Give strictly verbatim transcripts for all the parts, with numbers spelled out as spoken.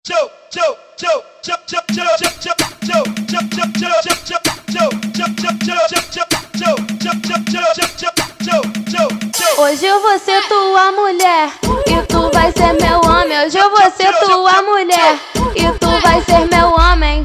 Hoje eu vou ser tua mulher e tu vai ser meu homem. Hoje eu vou ser tua mulher e tu vai ser meu homem.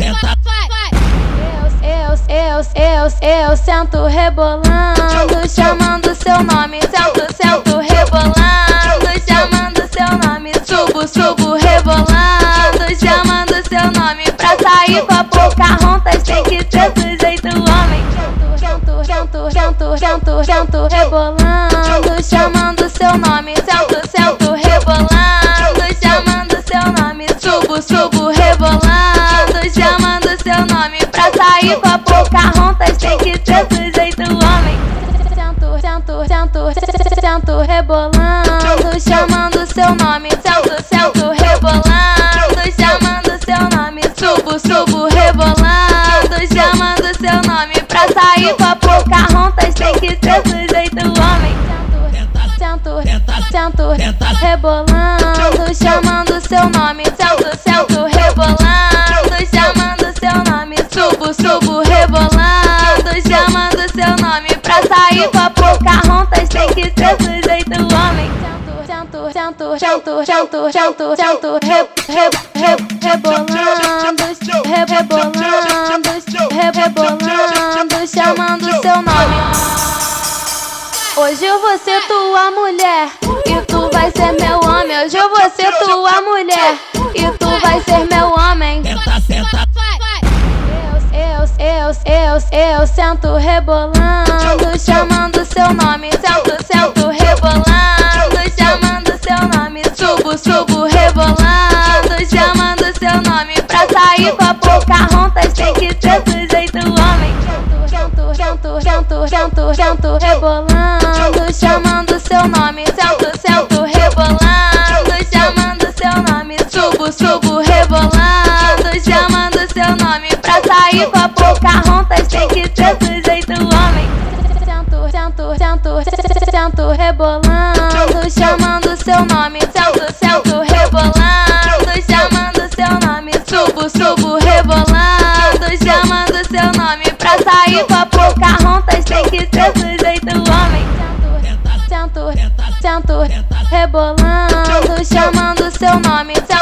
Eu, eu, eu, eu sento rebolando, chamando seu nome. Sento, sento rebolando, chamando seu nome. Subo, subo rebolando, chamando seu nome. Pra sair com a Pocahontas tem que ter do jeito homem. Sento, sento, sento, sento, sento rebolando, chamando seu nome. Sento, sento rebolando, chamando seu nome. Subo, subo rebolando, chamando seu nome. Pra sair com a Pocahontas tem que ter do jeito homem. Sento, sento, sento, sento rebolando, chamando seu nome. Sento, sento rebolando, chamando seu nome. Subo, subo rebolando, chamando seu nome. Pra sair com a Pocahontas tem que ter do jeito homem. Sento, sento, sento rebolando, chamando seu nome. Sento, sento rebolando, chamando seu nome. Subo, subo rebolando, chamando seu nome. Pra sair com a Pocahontas tem que ter do jeito homem. Sento, sento, sento, sento, sento, sento re, re, re, rebolando, re, rebolando, re, rebolando, chamando seu nome. Hoje eu vou ser tua mulher e tu vai ser meu homem. Hoje eu vou ser tua mulher e tu vai ser meu homem. Eu, eu, eu, eu sento rebolando, chamando seu nome. Sento, sento rebolando, chamando seu nome. Subo, subo rebolando, chamando seu nome. Pra sair com a Pocahontas tem que ter do jeito homem. Sento, sento, sento, sento, sento rebolando, chamando seu nome. Sento, sento rebolando, chamando seu nome. Subo, subo rebolando, chamando seu nome. Pra sair com a Pocahontas tem que ter do jeito homem. Sento, sento, sento, sento rebolando, chamando seu nome. Sento, sento rebolando, chamando seu nome. Subo, subo rebolando, chamando seu nome. Pra sair com a Pocahontas tem que ter do jeito homem. Sento, sento, sento rebolando, chamando seu nome.